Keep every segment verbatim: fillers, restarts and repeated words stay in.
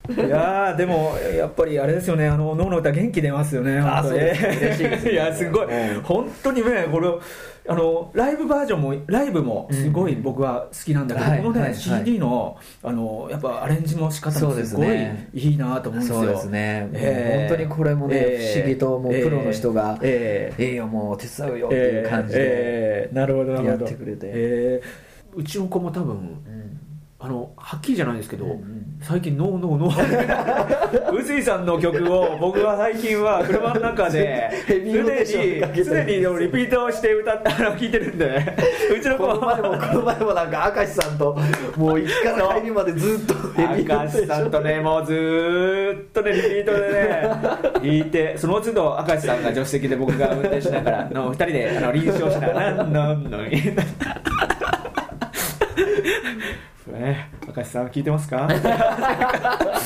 いやでもやっぱりあれですよね、あの脳の歌元気出ますよね。 あ、そうです、嬉しいです、ね、 いやすごい、うん、本当にねこれあのライブバージョンもライブもすごい僕は好きなんだけど、うん、このね、はい、シーディー の、あのやっぱアレンジの仕方もすごいいいなと思うんですよ。 そうですね、えー、本当にこれもね、えー、不思議ともうプロの人が、えー、えー、いいよもう手伝うよっていう感じでやってくれて、 えー、うちの子も多分、うん、あのはっきりじゃないですけど、うんうん、最近ノーノーノー臼井さんの曲を僕は最近は車の中で常に常にリピートをして歌って聴いてるんでうちの子はこの前もこの前もなんか明石さんともう行きから帰りまでずっとヘビーローテーション明石さんとねもうずっとねリピートでね弾いて、その都度明石さんが助手席で僕が運転しながらのふたりであの臨床しながらなんなんなんね、明石さん聞いてますかまあ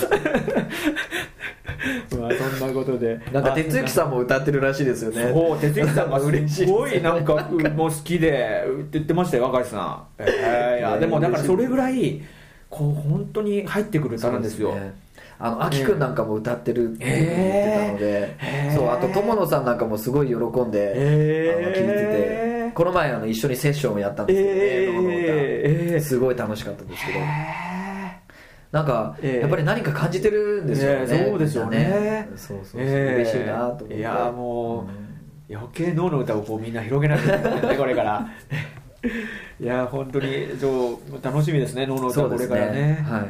そんなことでなんか哲之さんも歌ってるらしいですよね。 そう哲之さんがすごいなんかもう好きでって言ってましたよ明石さん、えー、いやでもだからそれぐらいこう本当に入ってくる歌なんですよ。そうですね、 あの秋くんなんかも歌ってるって言ってたので、えー、そうあと友野さんなんかもすごい喜んで、えー、あの聞いてて、この前あの一緒にセッションをやったんですけどね、えー、の歌、えー、すごい楽しかったですけど、えー、なんか、えー、やっぱり何か感じてるんですよね。 ねそうですよね。 そうそうそう、えー、嬉しいなと思って。 いやもう、うん、余計脳の歌をこうみんな広げなきゃいけないねこれからいや本当に楽しみですね脳の歌、これからね。はい、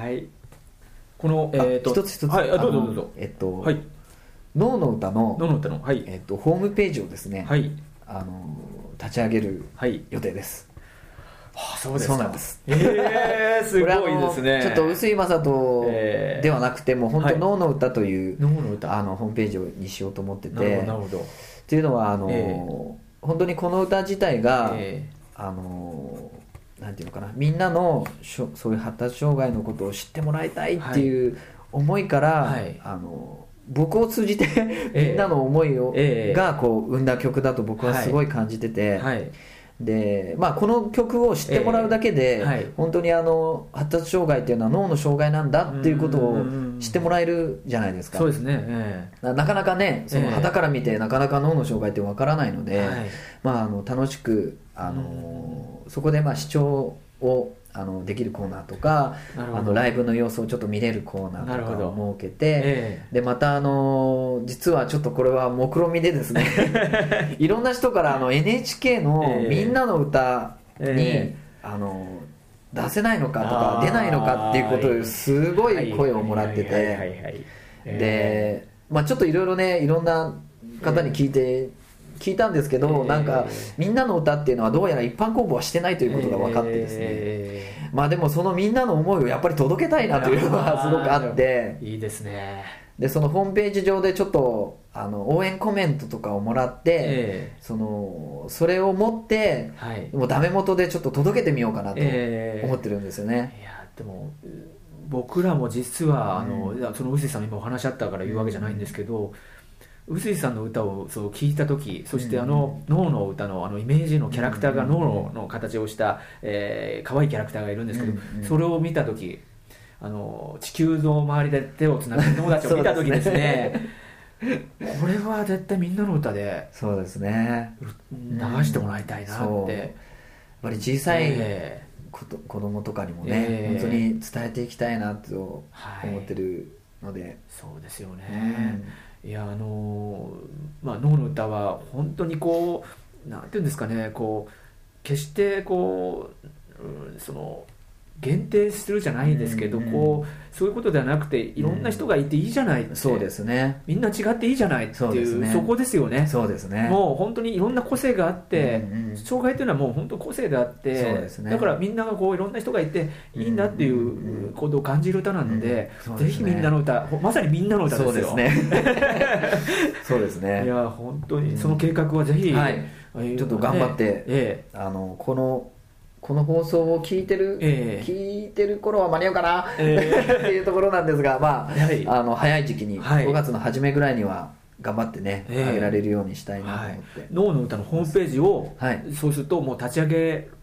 はい、この、えー、と一つ一つ、 はい、どうぞどうぞ、 えっと、 はい、 脳の歌の、 脳の歌の、はい、 えっと、ホームページをですね、 はい、 あの立ち上げる予定です。 はあ、そうですか。 そうなんです。 えー、すごいですね。 ちょっと臼井正人ではなくて、もう本当脳の歌という、 脳の歌、 あのホームページにしようと思ってて、 なるほど。 っていうのはあの、えー、本当にこの歌自体が、えー、あのなんていうのかな、みんなのそういう発達障害のことを知ってもらいたいっていう思いから、はい、あの僕を通じてみんなの思いを、えー、がこう生んだ曲だと僕はすごい感じてて、はいはい、でまあ、この曲を知ってもらうだけで、えーはい、本当にあの発達障害っていうのは脳の障害なんだっていうことを知ってもらえるじゃないですか。 そうですね、えー、なかなかねその傍から見てなかなか脳の障害ってわからないので、えーまあ、あの楽しくあのそこでまあ視聴をあのできるコーナーとか、あのライブの様子をちょっと見れるコーナーとかを設けて、えー、でまたあの実はちょっとこれは目論みでですねいろんな人からあの エヌエイチケー のみんなの歌に、えー、あの出せないのかとか出ないのかっていうことですごい声をもらってて、で、まあ、ちょっといろいろねいろんな方に聞いて聞いたんですけど、えー、なんかみんなの歌っていうのはどうやら一般公募はしてないということが分かってですね、えー、まあでもそのみんなの思いをやっぱり届けたいなというのがすごくあって、 いいですね。 でそのホームページ上でちょっとあの応援コメントとかをもらって、えー、そのそれを持って、はい、もうダメ元でちょっと届けてみようかなと思ってるんですよね。 えー、いやでも僕らも実はあの、うん、その臼井さん今お話あったから言うわけじゃないんですけど、うん臼井さんの歌をそう聞いた時、そしてあの脳の歌のあのイメージのキャラクターが脳の形をした、えー、可愛いキャラクターがいるんですけど、それを見た時あの地球の周りで手をつなぐ友達を見た時ですねこれは絶対みんなの歌でそうですね流してもらいたいなって、うん、やっぱり小さい、えー、子供とかにもね、えー、本当に伝えていきたいなと思ってるので、はい、 そうですよね、うん、いやあのまあ脳の歌は本当にこうなんていうんですかね、こう決してこう、うん、その限定するじゃないですけど、うんうん、こうそういうことではなくていろんな人がいていいじゃないって、うん、 そうですね、みんな違っていいじゃないっていう、 そうですね、そこですよね。 そうですね、 もう本当にいろんな個性があって、うんうん、障害というのはもう本当個性であって、そうですね、だからみんながこういろんな人がいていいんだっていうことを感じる歌なので、うんうんうん、ぜひみんなの歌、まさにみんなの歌ですよ。 そうですねそうですね、 いや本当にその計画はぜひ、うん、はい、 ちょっと頑張って、ええ、あのこのこの放送を聞いてる、えー、聞いてる頃は間に合うかな、えー、っていうところなんですが、まあ、はい、あの早い時期に、はい、ごがつの初めぐらいには頑張ってね、えー、上げられるようにしたいなと思って、はい、 脳の歌のホームページを、はい、そうするともう立ち上げ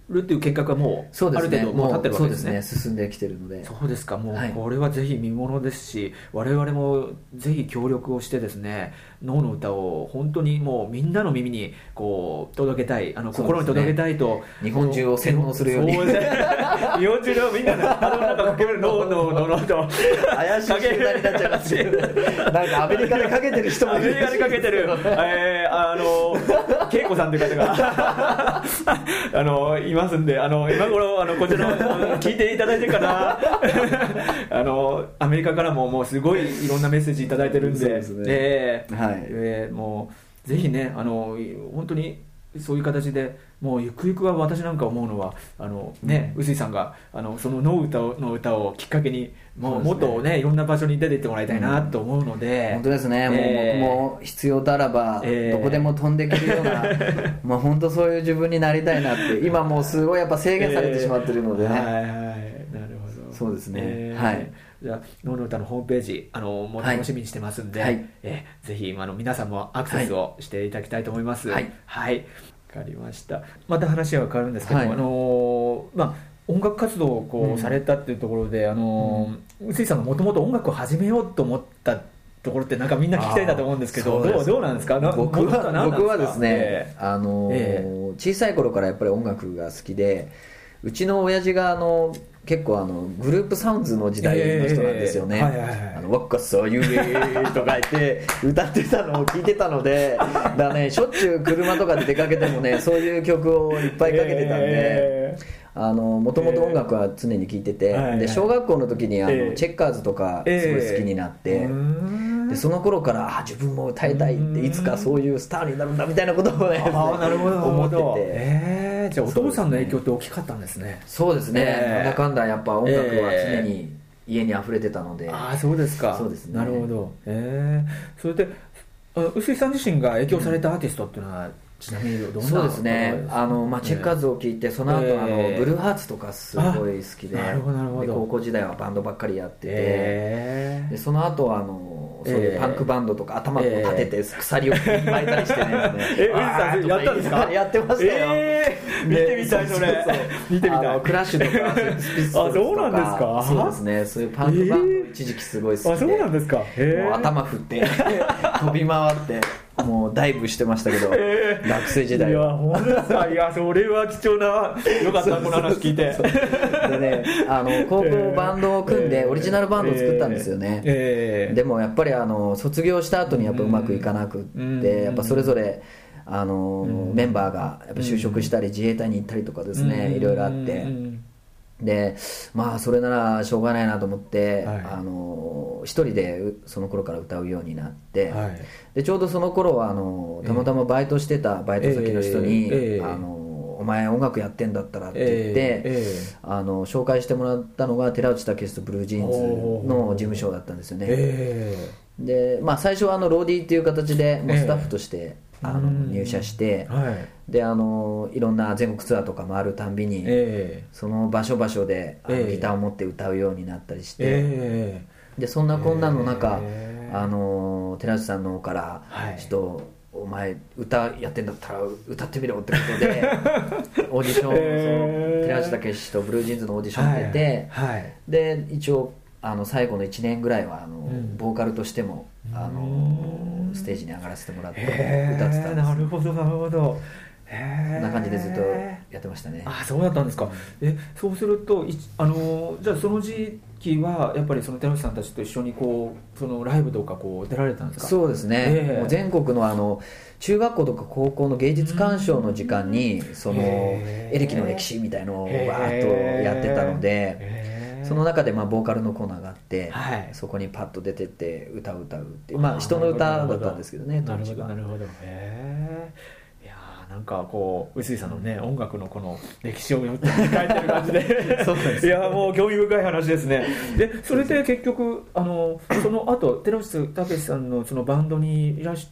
るっていう計画はもうある程度もう立ってるわけですね。 そうですね、進んできてるので。 そうですか。もうこれはぜひ見ものですし、はい、我々もぜひ協力をしてですね、脳の歌を本当にもうみんなの耳にこう届けたい、あの心に届けたいと、 ね、日本中を洗脳するように、 そうですね、日本中のみんなのあの中かける脳の脳の歌を怪しい集団になっちゃいますよなんかアメリカでかけてる人もいる、 アメリカでかけてる、えー、あの恵子さんという方があのいますんで、あの今頃あのこちら聞いていただいてかなあのアメリカからももうすごいいろんなメッセージいただいてるんで、そうですね、えーはいえー、もうぜひね、あの本当にそういう形でもうゆくゆくは私なんか思うのはあの、ね、臼井さんがあのその脳歌の歌をきっかけにもうもっとねいろんな場所に出て行ってもらいたいなと思うので、 うん、本当ですね、えー、もう僕も必要ならば、えー、どこでも飛んでくるようなまあ本当そういう自分になりたいなって今もうすごいやっぱ制限されてしまってるのでね、えー、はいはい、なるほど、そうですね、えー、はい、 じゃあ脳の歌のホームページあのもう楽しみにしてますんで、はい、えー、ぜひあの皆さんもアクセスをしていただきたいと思います。はい、はい、分かりました。また話は変わるんですけど、はい、あのー、まあ音楽活動をこう、うん、されたっていうところで、あの臼井さんがもともと音楽を始めようと思ったところってなんかみんな聞きたいんだと思うんですけど、どう、どうなんですか。 僕は、僕はですね、えー、あのーえー、小さい頃からやっぱり音楽が好きで、うちの親父があの結構あのグループサウンズの時代の人なんですよね。若さゆえとか言って歌ってたのを聞いてたので、だからね、しょっちゅう車とかで出かけてもね、そういう曲をいっぱいかけてたんで、えーもともと音楽は常に聴いてて、えー、で小学校の時にあの、えー、チェッカーズとかすごい好きになって、えー、でその頃からあ自分も歌いたいっていつかそういうスターになるんだみたいなことをね思ってて、 えー、じゃあお父さんの影響って大きかったんですね。 そうですね、えー、なんだかんだやっぱ音楽は常に家に溢れてたので、えー、あそうですか。 そうですね、 なるほど、えー、それで臼井さん自身が影響されたアーティストっていうのは、うん、ちなみにどんな。 そうですね、あの、まあ、チェッカーズを聴いてその後、えー、あのブルーハーツとかすごい好きで、なるほどなるほど、で高校時代はバンドばっかりやってて、えー、でその後あのそういうパンクバンドとか頭を立てて鎖を巻いたりしてね、 えー、やったんですか。 やってましたよ、 えー、見てみたいそれ。そうそう見てみたい。クラッシュとかスピッツとか。 あ、そうなんですか。 そうですね、そういうパンクバンド一時期すごい好きで、 あ、そうなんですか。 えー、もう頭振って飛び回ってもうダイブしてましたけど、えー、学生時代は。いや、 本当ですか。いや、それは貴重な、よかった、この話聞いて。そうそうそうでね、あの高校バンドを組んでオリジナルバンドを作ったんですよね、えーえー、でもやっぱりあの卒業した後にやっぱうまくいかなくって、うん、やっぱそれぞれあの、うん、メンバーがやっぱ就職したり自衛隊に行ったりとかですね、うん、いろいろあって、うんでまあそれならしょうがないなと思って、はい、あの一人でその頃から歌うようになって、はい、でちょうどその頃はあのたまたまバイトしてたバイト先の人に、えーえー、あのお前音楽やってんだったらって言って、えーえー、あの紹介してもらったのが寺内武とブルージーンズの事務所だったんですよね、えー、で、まあ、最初はあのローディーっていう形でもうスタッフとして、えーあの入社して、はい、であのいろんな全国ツアーとか回るたんびに、えー、その場所場所であの、えー、ギターを持って歌うようになったりして、えー、でそんなこんなの中、えー、あの寺内さんの方からちょっと、はい、お前歌やってんだったら歌ってみろってことでオーディション、えー、寺内武とブルージーンズのオーディション出て、はいはい、で一応あの最後のいちねんぐらいはあの、うん、ボーカルとしてもあのステージに上がらせてもらって歌ってたんです。 なるほどなるほど、こんな感じでずっとやってましたね。 あ、そうだったんですか。えそうするとあのじゃあその時期はやっぱりその寺内さんたちと一緒にこうそのライブとかこう出られたんですか。 そうですね、えー、もう全国のあの中学校とか高校の芸術鑑賞の時間にそのエレキの歴史みたいのをわーっとやってたので、その中でまあボーカルのコーナーがあって、はい、そこにパッと出てって歌を歌うっていう、まあ人の歌だったんですけどね、当時は。 なるほど、へー、いやーなんかこう臼井さんのね、うん、音楽のこの歴史をよく書いてる感じでそうです、ね、いやもう興味深い話ですね。でそれで結局あのその後寺内武さんのそのバンドにいらした、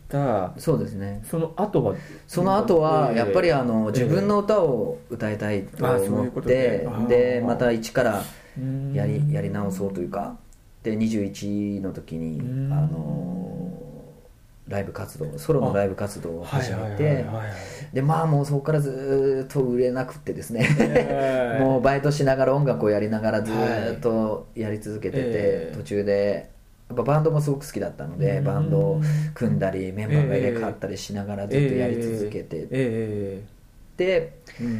そうですね、 その後はその後はやっぱりあの、えー、自分の歌を歌いたいと思って、えー、で, でまた一からや り, やり直そうというかでにじゅういちの時にあのライブ活動ソロのライブ活動を始めて、でまあもうそこからずっと売れなくってですね、えー、もうバイトしながら音楽をやりながらずっとやり続けてて、えー、途中でやっぱバンドもすごく好きだったので、バンドを組んだりメンバーが入れ替わったりしながらずっとやり続けて、えー、で、うんうんうん、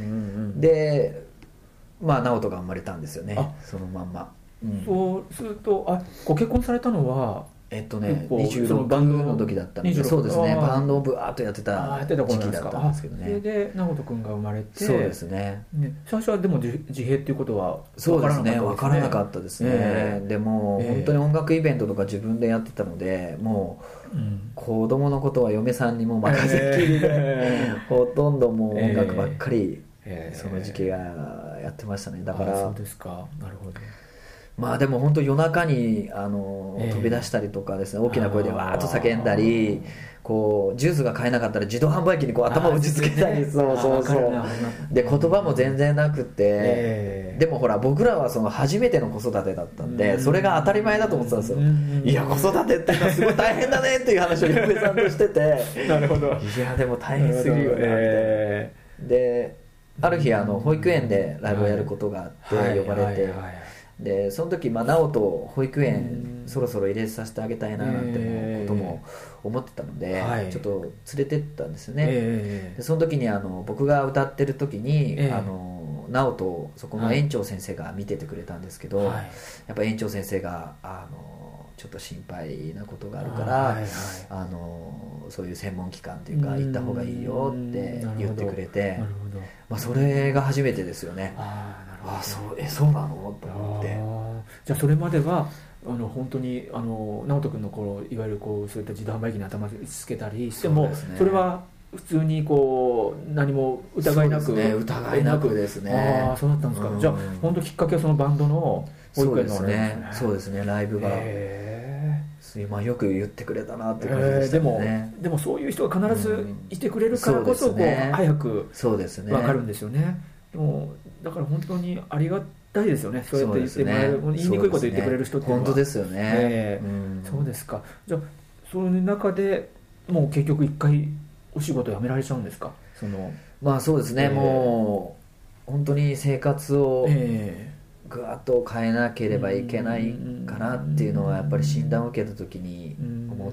でまあ直人が生まれたんですよね、そのまんま、 うん、そうするとあご結婚されたのはえっとねにじゅうろくの時だったので、そうですね、バンドをブワーッとやってた時期だったんですけどね。 それで直人君が生まれて、 そうですね、 ね最初はでも自閉っていうことは分からなかったですね。分からなかったですね、えー、でも、えー、本当に音楽イベントとか自分でやってたので、もう、うん、子供のことは嫁さんにも任せっきりで、えー、ほとんどもう音楽ばっかり、えー、その時期はやってましたね。だからそうですか、なるほど。 まあでも本当夜中にあの、えー、飛び出したりとかですね、大きな声でわーっと叫んだり、こうジュースが買えなかったら自動販売機にこう頭を打ちつけたり、そうそうそうで言葉も全然なくて、えー、でもほら僕らはその初めての子育てだったんで、それが当たり前だと思ってたんですよ。いや子育てっていうのはすごい大変だねっていう話を嫁さんとしててなるほど、 いやでも大変すぎるよねみたいな、えー、である日あの保育園でライブをやることがあって呼ばれて、でその時、まあ、直人を保育園そろそろ入れさせてあげたいななんてことも思ってたので、えー、ちょっと連れてったんですよね、えー、でその時にあの僕が歌ってる時に、えー、あの直人をそこの園長先生が見ててくれたんですけど、はい、やっぱ園長先生があのちょっと心配なことがあるから、はいはい、あのそういう専門機関というか行った方がいいよって言ってくれて、まあ、それが初めてですよね。ああそうえそうなのと思って、 じゃあそれまではあの本当にあの直人君の頃いわゆるこうそういった自動販売機に頭つけたりしても そ,、ね、それは普通にこう何も疑いなく、 ね、疑いなくですね。 ああそうだったんですか、うん、じゃあ本当きっかけはそのバンドの保育園のそうですね、そうですね、ライブが、えーまあ、よく言ってくれたなって感じでしたね、 えー、でもでもそういう人が必ずいてくれるからこそ、うん、こう早く分かるんですよね。でもだから本当にありがたいですよね、そうやって言ってもらえる、ね、言いにくいこと言ってくれる人っていうのは、 本当ですよね、 えーうん、そうですか。じゃあその中でもう結局一回お仕事辞められちゃうんですか。そのまあそうですね、えー、もう本当に生活をぐわっと変えなければいけないかなっていうのはやっぱり診断を受けた時に思って、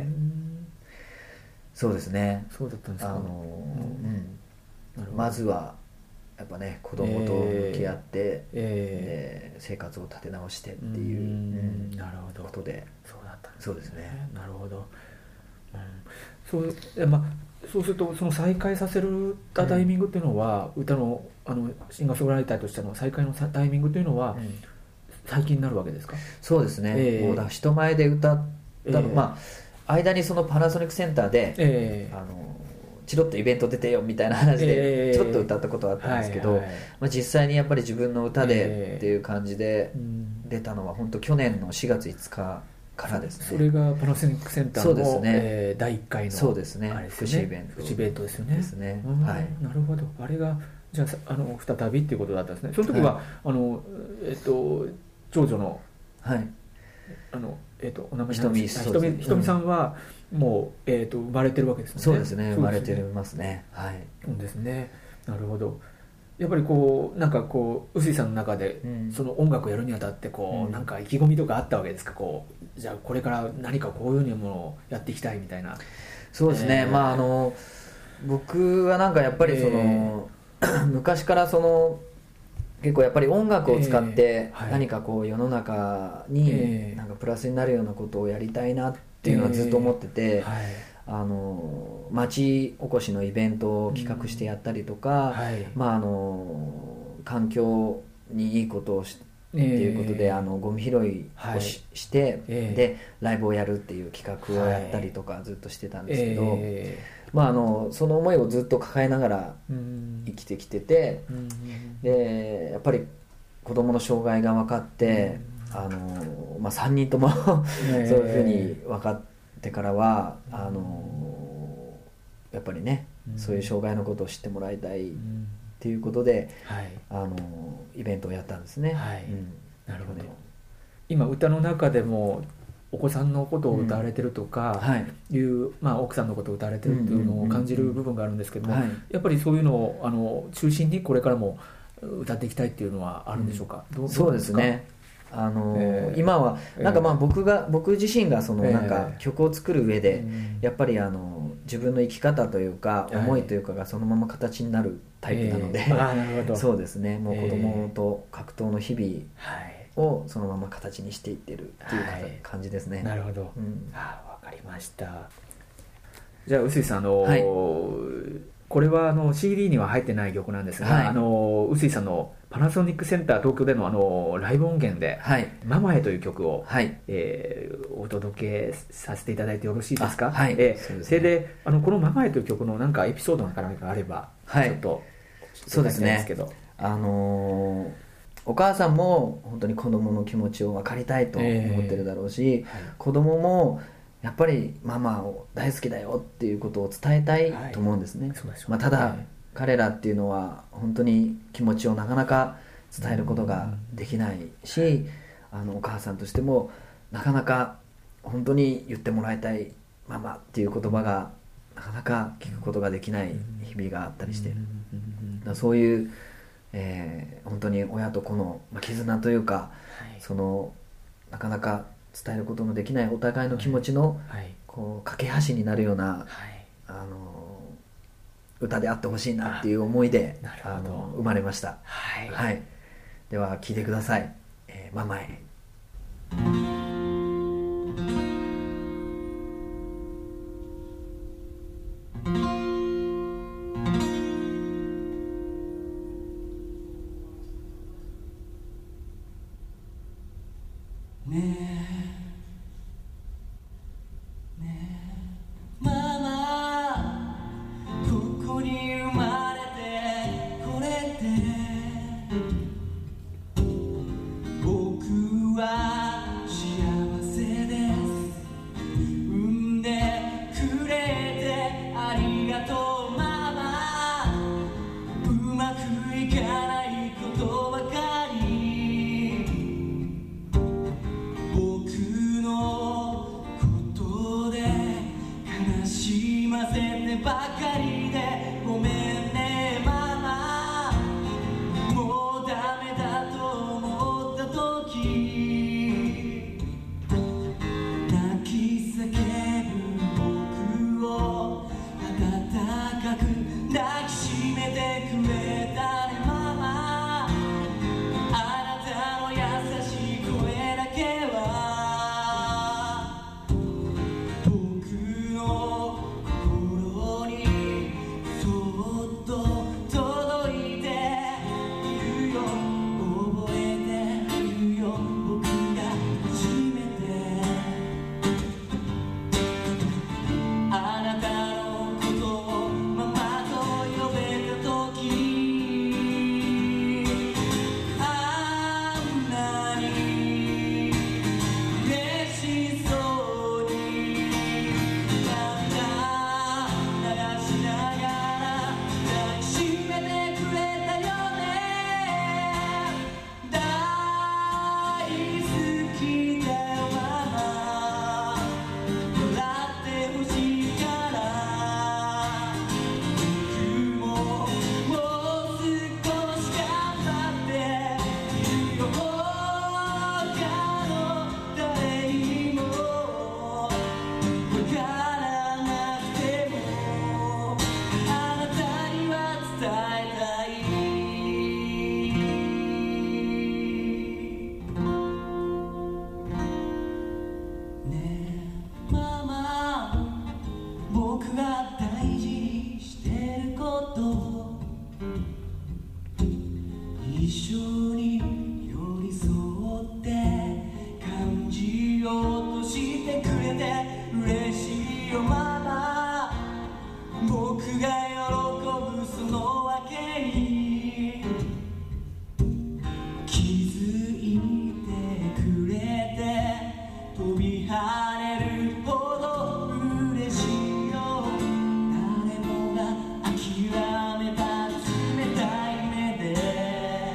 そうですね、 そうだったんですか。あの、 うん、まずはやっぱね子供と向き合って、えーえー、生活を立て直してっていう、うん、なるほどことで、 そうだったんですね。 そうですね、 なるほど、うん、そう、まあ、そうするとその再開させるタイミングっていうのは、うん、歌の、あのシンガーソングライターとしての再開のタイミングというのは、うん、最近になるわけですか。 そうですね、えー、もうだ人前で歌ったの、えー、まあ間にそのパナソニックセンターで、えー、あのチロッとイベント出てよみたいな話でちょっと歌ったことはあったんですけど、えーはいはい、まあ、実際にやっぱり自分の歌でっていう感じで出たのは本当去年のしがついつかからですね。 それがパナソニックセンターの、ねえー、だいいっかいのそうですね、福祉イベント福祉イベントですよね。 ですね、 はい、なるほど。あれがじゃあ、あの再びっていうことだったんですね。その時は、はい、あのえっと長女の、 はい、 あのえっとお名前ひとみひとみさんは、もう、えー、と生まれてるわけですね。 そうですね、生まれてますね。はい。 そうですね。なるほど。やっぱりこうなんかこう臼井さんの中で、うん、その音楽をやるにあたってこう、うん、なんか意気込みとかあったわけですか。こうじゃあこれから何かこういうものをやっていきたいみたいな。 そうですね。えー、まああの僕はなんかやっぱりその、えー、昔からその結構やっぱり音楽を使って何かこう世の中になんかプラスになるようなことをやりたいなってっていうのはずっと思ってて、えーはい、あの町おこしのイベントを企画してやったりとか、うんはい、まあ、あの環境にいいことをしっていうことで、えー、あのゴミ拾いを し,、はい、して、えー、でライブをやるっていう企画をやったりとかずっとしてたんですけど、えーまあ、あのその思いをずっと抱えながら生きてきてて、うん、でやっぱり子どもの障害が分かって、うん、あのまあ、さんにんともそういうふうに分かってからは、あのやっぱりね、うん、そういう障害のことを知ってもらいたいっていうことで、うん、はい、あのイベントをやったんですね。 はい、うん、なるほど。今歌の中でもお子さんのことを歌われてるとかいう、うんはいまあ、奥さんのことを歌われてるっていうのを感じる部分があるんですけども、はい、やっぱりそういうのをあの中心にこれからも歌っていきたいっていうのはあるんでしょうか、うん、どうそうですねあのーえー、今はなんかまあ僕が、えー、僕自身がそのなんか曲を作る上で、えー、やっぱりあの自分の生き方というか思いというかがそのまま形になるタイプなので、えー、あなるほどそうですねもう子供と格闘の日々をそのまま形にしていってるっていう感じですね、はい、 なるほど、うん、あ分かりました。じゃあ臼井さんあのーはいこれはあの シーディー には入ってない曲なんですが、はい、あの臼井さんのパナソニックセンター東京でのあのライブ音源で「はい、ママへ」という曲を、はいえー、お届けさせていただいてよろしいですか。はいえー、そ, ね、それであのこの「ママへ」という曲のなんかエピソードなんかがあれば、はい、ちょっとそうですねあのー、お母さんも本当に子供の気持ちを分かりたいと思ってるだろうし、えーはい、子供もやっぱりママを大好きだよっていうことを伝えたいと思うんですね、はいまあ、ただ、はい、彼らっていうのは本当に気持ちをなかなか伝えることができないし、うん、あのお母さんとしてもなかなか本当に言ってもらいたいママっていう言葉がなかなか聞くことができない日々があったりしている、だからそういう、えー、本当に親と子の絆というか、はい、そのなかなか伝えることのできないお互いの気持ちの、はい、こう架け橋になるような、はい、あの歌であってほしいなっていう思いであの生まれました、はいはい、では聴いてください、えー、ママへ。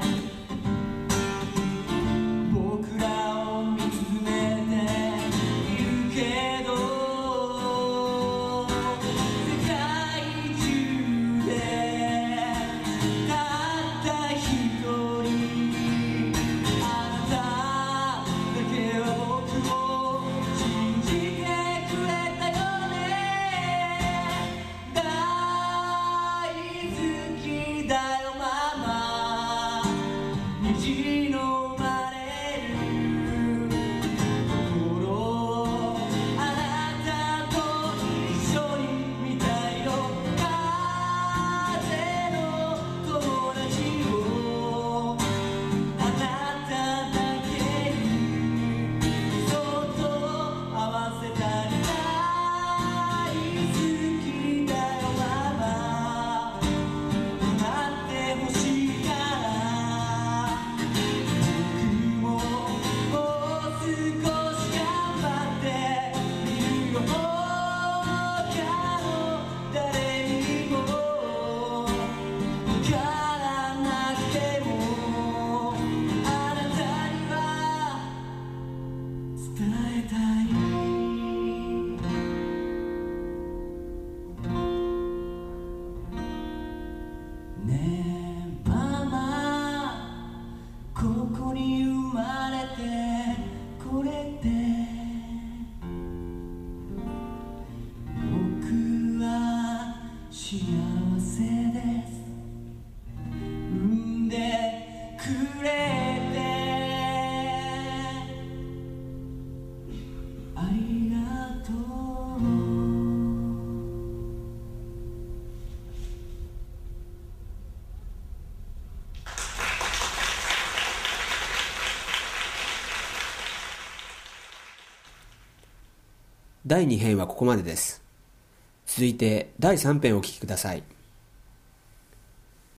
「 だいに編はここまでです。続いてだいさん編をお聞きください。